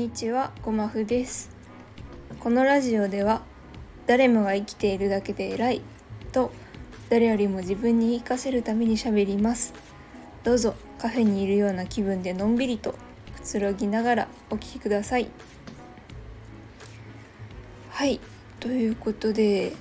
にちは、ごまふです。このラジオでは誰もが生きているだけで偉いと誰よりも自分に言い聞かせるために喋ります。どうぞカフェにいるような気分でのんびりとくつろぎながらお聞きください。はい、ということで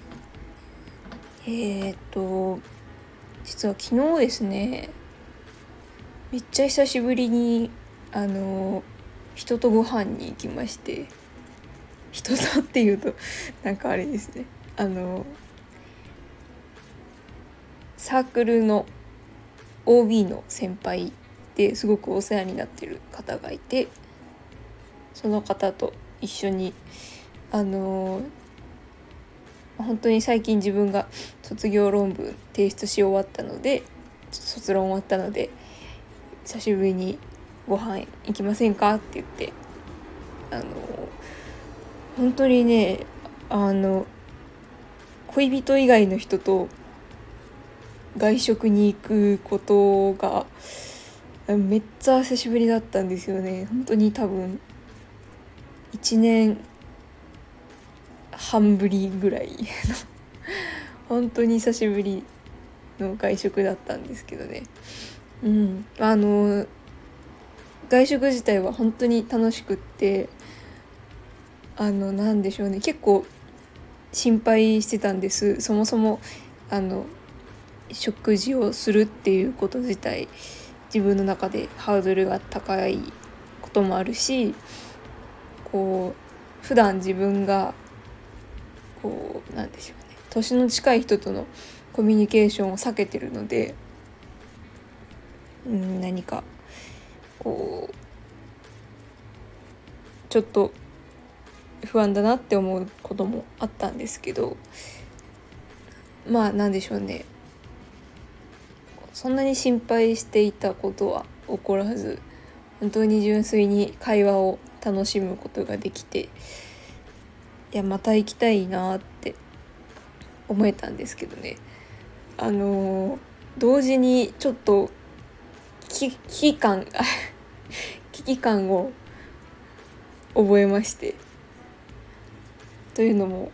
実は昨日ですね、めっちゃ久しぶりに人とご飯に行きまして、人とっていうとなんかあれですね、サークルの OB の先輩ですごくお世話になってる方がいて、その方と一緒に本当に最近自分が卒業論文提出し終わったので、卒論終わったので久しぶりにご飯行きませんかって言って、本当にね、恋人以外の人と外食に行くことがめっちゃ久しぶりだったんですよね。本当に多分1年半ぶりぐらいの本当に久しぶりの外食だったんですけどね。外食自体は本当に楽しくって、なんでしょうね、結構心配してたんです。そもそも食事をするっていうこと自体、自分の中でハードルが高いこともあるし、普段自分がなんでしょうね、年の近い人とのコミュニケーションを避けてるので、何かちょっと不安だなって思うこともあったんですけど、なんでしょうね、そんなに心配していたことは起こらず、本当に純粋に会話を楽しむことができて、また行きたいなって思えたんですけどね。同時にちょっと危機感を覚えまして、というのも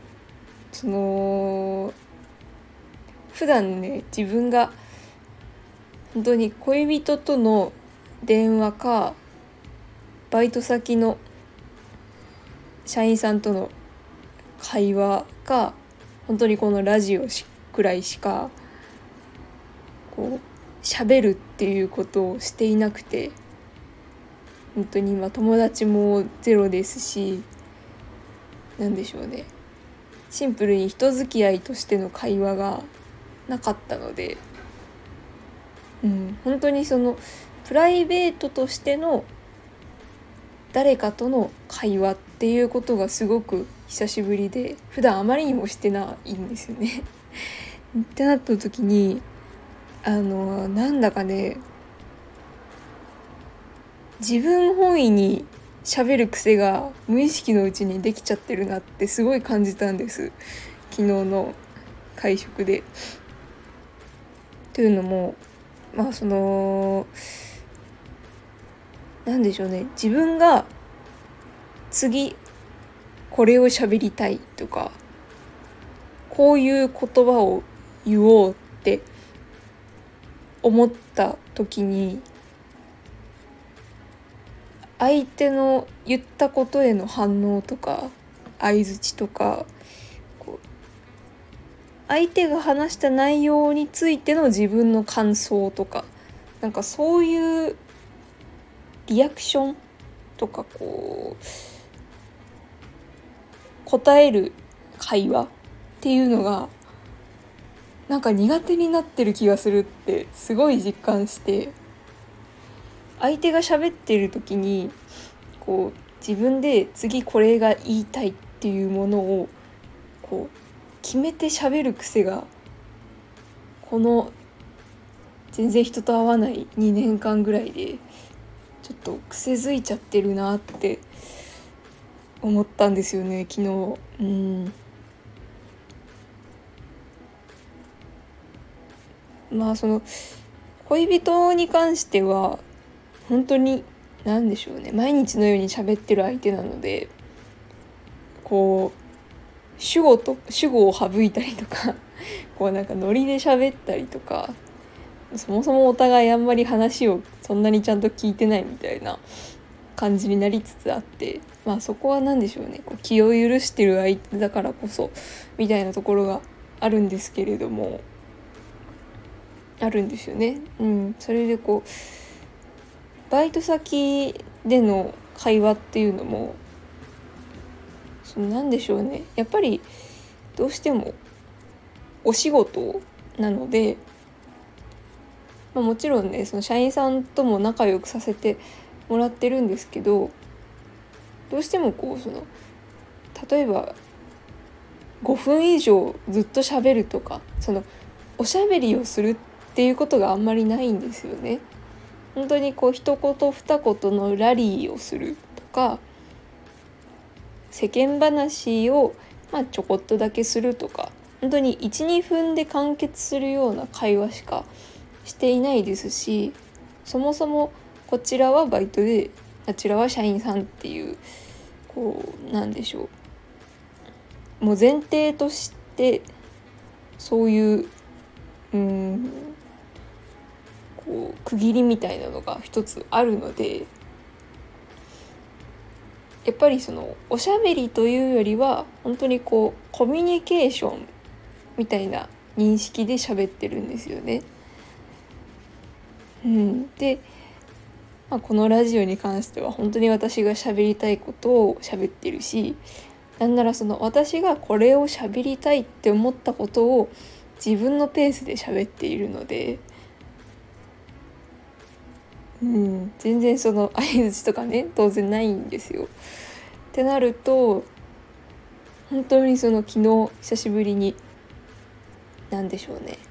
普段ね、自分が本当に恋人との電話かバイト先の社員さんとの会話か、本当にこのラジオくらいしか喋るっていうことをしていなくて、本当に今友達もゼロですし、なんでしょうね、シンプルに人付き合いとしての会話がなかったので、本当にプライベートとしての誰かとの会話っていうことがすごく久しぶりで、普段あまりにもしてないんですよねってなった時に、なんだかね、自分本位に喋る癖が無意識のうちにできちゃってるなってすごい感じたんです、昨日の会食で。というのも、なんでしょうね、自分が次これを喋りたいとか、こういう言葉を言おうって思った時に、相手の言ったことへの反応とか相槌とか、相手が話した内容についての自分の感想とか、なんかそういうリアクションとか、答える会話っていうのがなんか苦手になってる気がするってすごい実感して、相手が喋ってる時に自分で次これが言いたいっていうものを決めて喋る癖が、この全然人と会わない2年間ぐらいでちょっと癖づいちゃってるなって思ったんですよね、昨日。恋人に関しては本当になんでしょうね、毎日のように喋ってる相手なので、こう主語を省いたりとかこうなんかノリで喋ったりとか、そもそもお互いあんまり話をそんなにちゃんと聞いてないみたいな感じになりつつあって、まあそこは何でしょうね、こう気を許してる相手だからこそみたいなところがあるんですけれども、あるんですよね。それでこうバイト先での会話っていうのも、なんでしょうね、やっぱりどうしてもお仕事なので、もちろんねその社員さんとも仲良くさせてもらってるんですけど、どうしてもこう例えば5分以上ずっと喋るとか、おしゃべりをするっていうことがあんまりないんですよね。本当にこう一言二言のラリーをするとか、世間話をちょこっとだけするとか、本当に 1,2 分で完結するような会話しかしていないですし、そもそもこちらはバイトであちらは社員さんっていう、こうなんでしょう、もう前提としてそういうこう区切りみたいなのが一つあるので、やっぱりおしゃべりというよりは本当にこうコミュニケーションみたいな認識で喋ってるんですよね。で、このラジオに関しては本当に私が喋りたいことを喋ってるし、なんなら私がこれを喋りたいって思ったことを自分のペースで喋っているので、全然相槌とかね当然ないんですよ。ってなると本当に昨日久しぶりになんでしょうね、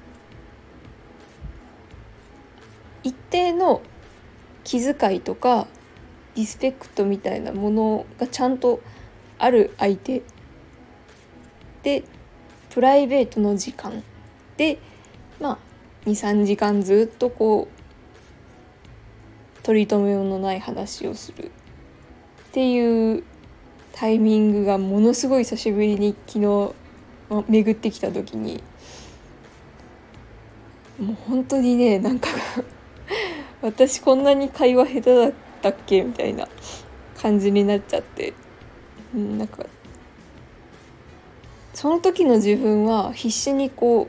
一定の気遣いとかリスペクトみたいなものがちゃんとある相手で、プライベートの時間で2、3時間ずっとこう取り留めのない話をするっていうタイミングがものすごい久しぶりに昨日巡ってきた時に、もう本当にね、なんか私こんなに会話下手だったっけみたいな感じになっちゃって、なんかその時の自分は必死にこう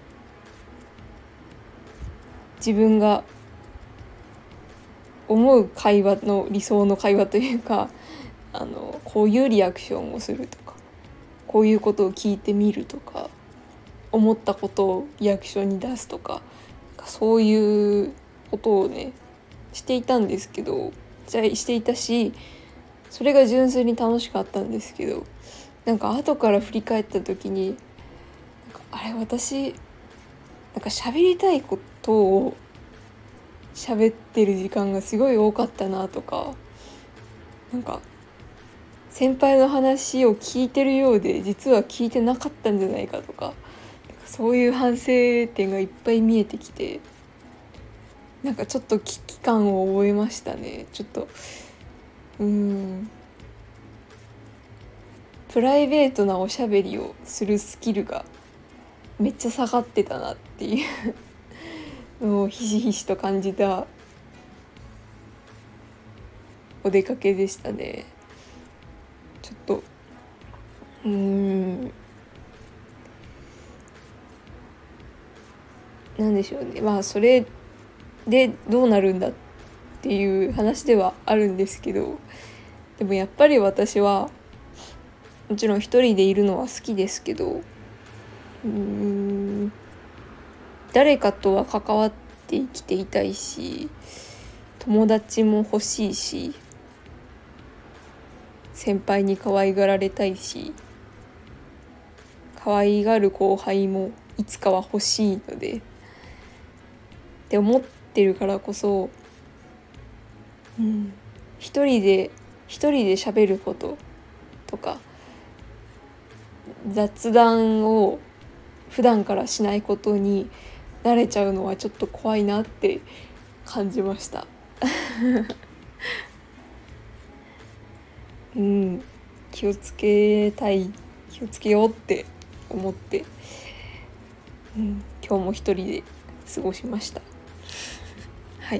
自分が思う会話の理想の会話というか、こういうリアクションをするとか、こういうことを聞いてみるとか、思ったことをリアクションに出すとか、そういうことをねしていたんですけど、していたし、それが純粋に楽しかったんですけど、なんか後から振り返った時に、あれ私なんか喋りたいことを喋ってる時間がすごい多かったなとか、なんか先輩の話を聞いてるようで実は聞いてなかったんじゃないかとか、そういう反省点がいっぱい見えてきて、なんかちょっと危機感を覚えましたね。ちょっとプライベートなおしゃべりをするスキルがめっちゃ下がってたなっていうのをひしひしと感じたお出かけでしたね。ちょっとなんでしょうね、それでどうなるんだっていう話ではあるんですけど、でもやっぱり私はもちろん一人でいるのは好きですけど、誰かとは関わって生きていたいし、友達も欲しいし、先輩に可愛がられたいし、可愛がる後輩もいつかは欲しいのでって思ってるからこそ、一人で喋ることとか雑談を普段からしないことに慣れちゃうのはちょっと怖いなって感じました気をつけようって思って、今日も一人で過ごしました。はい。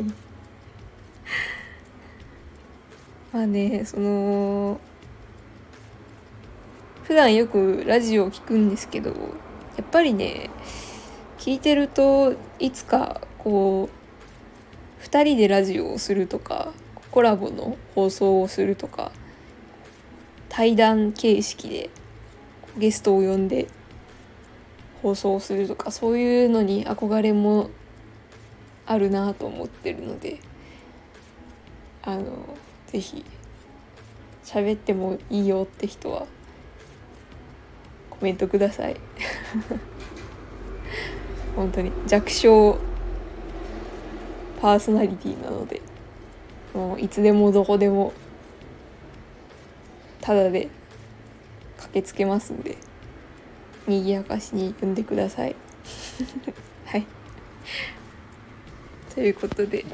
まあね、普段よくラジオを聞くんですけど、やっぱりね、聞いてるといつかこう2人でラジオをするとか、コラボの放送をするとか、対談形式でゲストを呼んで放送をするとか、そういうのに憧れもあるなと思ってるので、ぜひ喋ってもいいよって人はコメントください。本当に弱小パーソナリティなので、もういつでもどこでもタダで駆けつけますんで、賑やかしに呼んでください。はい。ということで、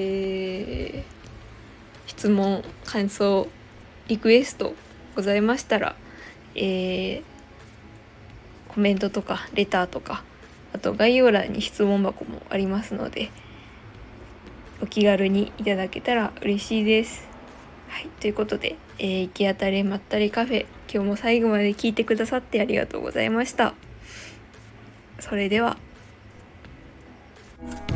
質問、感想、リクエストございましたら、コメントとかレターとか、あと概要欄に質問箱もありますので、お気軽にいただけたら嬉しいです。はい、ということで、行き当たりまったりカフェ、今日も最後まで聞いてくださってありがとうございました。それでは。